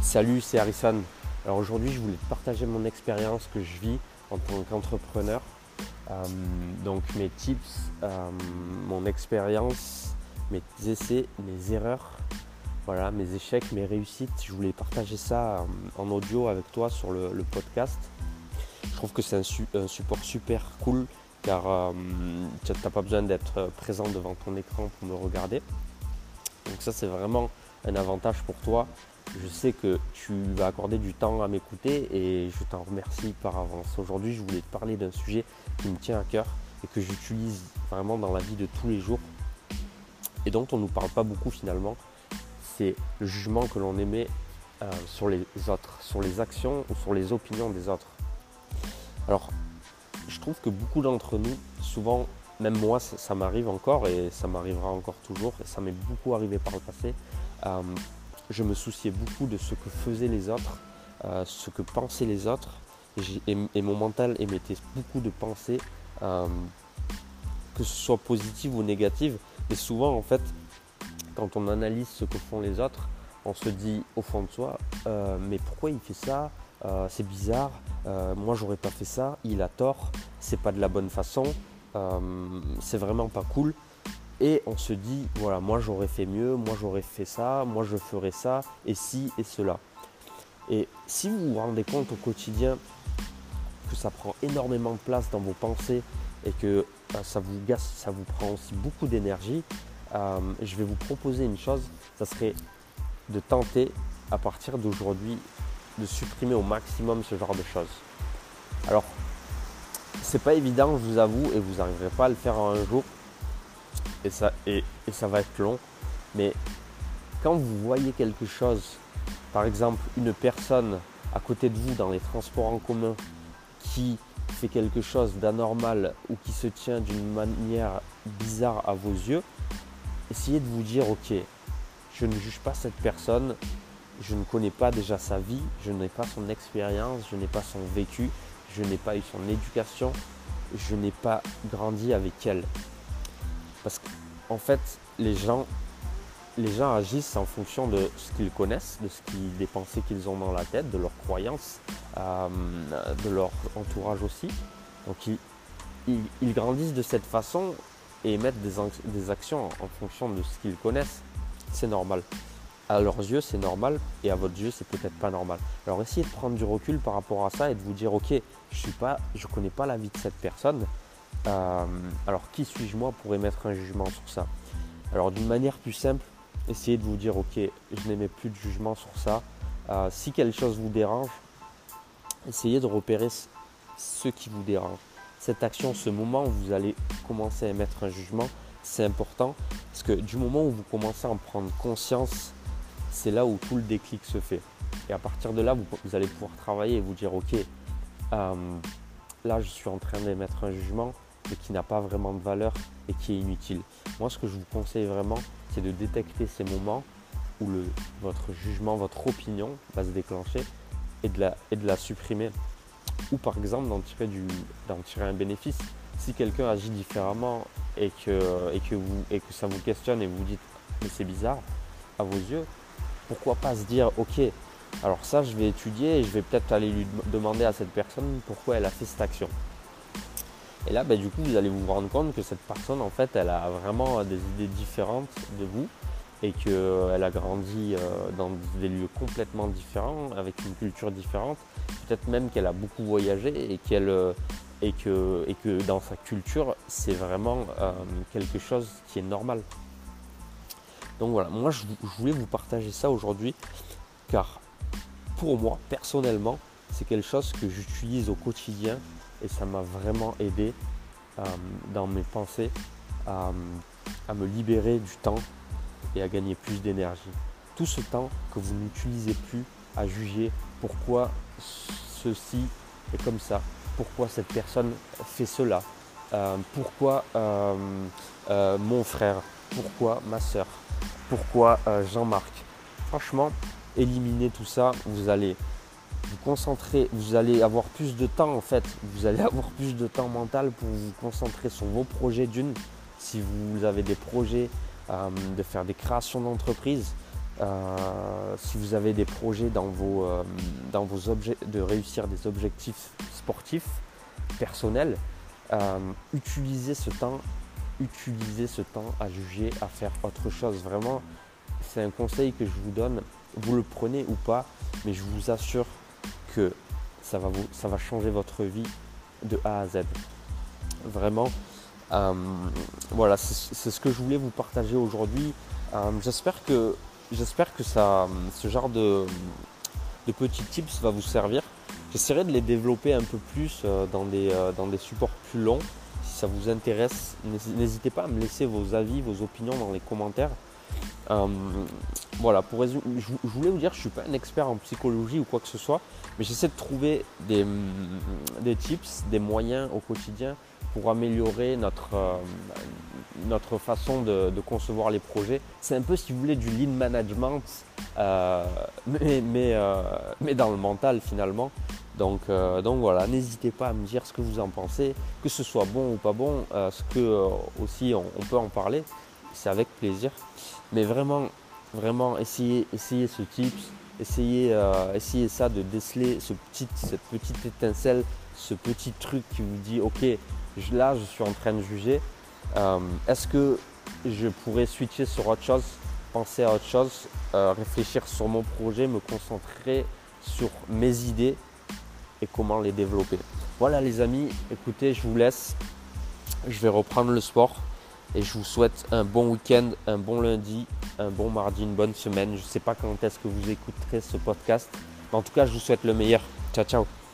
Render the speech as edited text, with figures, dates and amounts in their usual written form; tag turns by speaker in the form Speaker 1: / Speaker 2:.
Speaker 1: Salut, c'est Harrison. Alors aujourd'hui, je voulais te partager mon expérience que je vis en tant qu'entrepreneur. Donc mes tips, mon expérience, mes essais, mes erreurs, voilà, mes échecs, mes réussites. Je voulais partager ça en audio avec toi sur le podcast. Je trouve que c'est un support super cool car tu n'as pas besoin d'être présent devant ton écran pour me regarder. Donc ça, c'est vraiment un avantage pour toi. Je sais que tu vas accorder du temps à m'écouter et je t'en remercie par avance. Aujourd'hui, je voulais te parler d'un sujet qui me tient à cœur et que j'utilise vraiment dans la vie de tous les jours et dont on ne nous parle pas beaucoup finalement. C'est le jugement que l'on émet sur les autres, sur les actions ou sur les opinions des autres. Alors, je trouve que beaucoup d'entre nous, souvent, même moi, ça m'arrive encore et ça m'arrivera encore toujours et ça m'est beaucoup arrivé par le passé. Je me souciais beaucoup de ce que faisaient les autres, ce que pensaient les autres et mon mental émettait beaucoup de pensées, que ce soit positives ou négatives. Et souvent en fait, quand on analyse ce que font les autres, on se dit au fond de soi, mais pourquoi il fait ça, c'est bizarre, moi j'aurais pas fait ça, il a tort, c'est pas de la bonne façon, c'est vraiment pas cool. Et on se dit, voilà, moi j'aurais fait mieux, moi j'aurais fait ça, moi je ferais ça, et ci et cela. Et si vous vous rendez compte au quotidien que ça prend énormément de place dans vos pensées et que ça vous prend aussi beaucoup d'énergie, je vais vous proposer une chose, ça serait de tenter à partir d'aujourd'hui de supprimer au maximum ce genre de choses. Alors, c'est pas évident, je vous avoue, et vous n'arriverez pas à le faire en un jour. Et ça va être long, mais quand vous voyez quelque chose, par exemple une personne à côté de vous dans les transports en commun qui fait quelque chose d'anormal ou qui se tient d'une manière bizarre à vos yeux, essayez de vous dire ok, je ne juge pas cette personne, je ne connais pas déjà sa vie, je n'ai pas son expérience, je n'ai pas son vécu, je n'ai pas eu son éducation, je n'ai pas grandi avec elle. Parce qu'en fait, les gens agissent en fonction de ce qu'ils connaissent, des pensées qu'ils ont dans la tête, de leurs croyances, de leur entourage aussi. Donc ils grandissent de cette façon et émettent des actions en fonction de ce qu'ils connaissent. C'est normal. À leurs yeux, c'est normal et à votre yeux, c'est peut-être pas normal. Alors essayez de prendre du recul par rapport à ça et de vous dire ok, je ne connais pas la vie de cette personne. Alors qui suis-je moi pour émettre un jugement sur ça? Alors d'une manière plus simple, essayez de vous dire ok, je n'émets plus de jugement sur ça. Si quelque chose vous dérange, essayez de repérer ce qui vous dérange. Cette action, ce moment où vous allez commencer à émettre un jugement, c'est important parce que du moment où vous commencez à en prendre conscience, c'est là où tout le déclic se fait. Et à partir de là, vous allez pouvoir travailler et vous dire ok, là je suis en train d'émettre un jugement mais qui n'a pas vraiment de valeur et qui est inutile. Moi, ce que je vous conseille vraiment, c'est de détecter ces moments où votre jugement, votre opinion va se déclencher et de la supprimer. Ou par exemple, d'en tirer un bénéfice. Si quelqu'un agit différemment et que ça vous questionne et vous vous dites « mais c'est bizarre » à vos yeux, pourquoi pas se dire « ok, alors ça, je vais étudier et je vais peut-être aller lui demander à cette personne pourquoi elle a fait cette action ». Et là, du coup, vous allez vous rendre compte que cette personne, en fait, elle a vraiment des idées différentes de vous et qu'elle a grandi dans des lieux complètement différents, avec une culture différente. Peut-être même qu'elle a beaucoup voyagé et que dans sa culture, c'est vraiment quelque chose qui est normal. Donc voilà, moi, je voulais vous partager ça aujourd'hui car pour moi, personnellement, c'est quelque chose que j'utilise au quotidien. Et ça m'a vraiment aidé dans mes pensées à me libérer du temps et à gagner plus d'énergie. Tout ce temps que vous n'utilisez plus à juger pourquoi ceci est comme ça, pourquoi cette personne fait cela, pourquoi mon frère, pourquoi ma soeur, pourquoi Jean-Marc. Franchement, éliminez tout ça, vous allez vous concentrer, vous allez avoir plus de temps en fait, vous allez avoir plus de temps mental pour vous concentrer sur vos projets si vous avez des projets de faire des créations d'entreprise, Si vous avez des projets dans vos de réussir des objectifs sportifs, personnels, utilisez ce temps à juger, à faire autre chose. Vraiment, c'est un conseil que je vous donne. Vous le prenez ou pas, mais je vous assure que ça va changer votre vie de A à Z. Vraiment, voilà, c'est ce que je voulais vous partager aujourd'hui. J'espère que ce genre de petits tips va vous servir. J'essaierai de les développer un peu plus dans des supports plus longs. Si ça vous intéresse, n'hésitez pas à me laisser vos avis, vos opinions dans les commentaires. Voilà, pour résumer, je voulais vous dire, je ne suis pas un expert en psychologie ou quoi que ce soit, mais j'essaie de trouver des tips, des moyens au quotidien pour améliorer notre façon de concevoir les projets. C'est un peu, si vous voulez, du lean management, mais dans le mental finalement. Donc voilà, n'hésitez pas à me dire ce que vous en pensez, que ce soit bon ou pas bon, ce que aussi on peut en parler, c'est avec plaisir. Mais vraiment, essayez ce tips, essayez ça, de déceler cette petite étincelle, ce petit truc qui vous dit ok, là je suis en train de juger, est-ce que je pourrais switcher sur autre chose, penser à autre chose, réfléchir sur mon projet, me concentrer sur mes idées et comment les développer. Voilà les amis, écoutez, je vous laisse, je vais reprendre le sport et je vous souhaite un bon week-end, un bon lundi, un bon mardi, une bonne semaine. Je ne sais pas quand est-ce que vous écouterez ce podcast, mais en tout cas je vous souhaite le meilleur. Ciao ciao.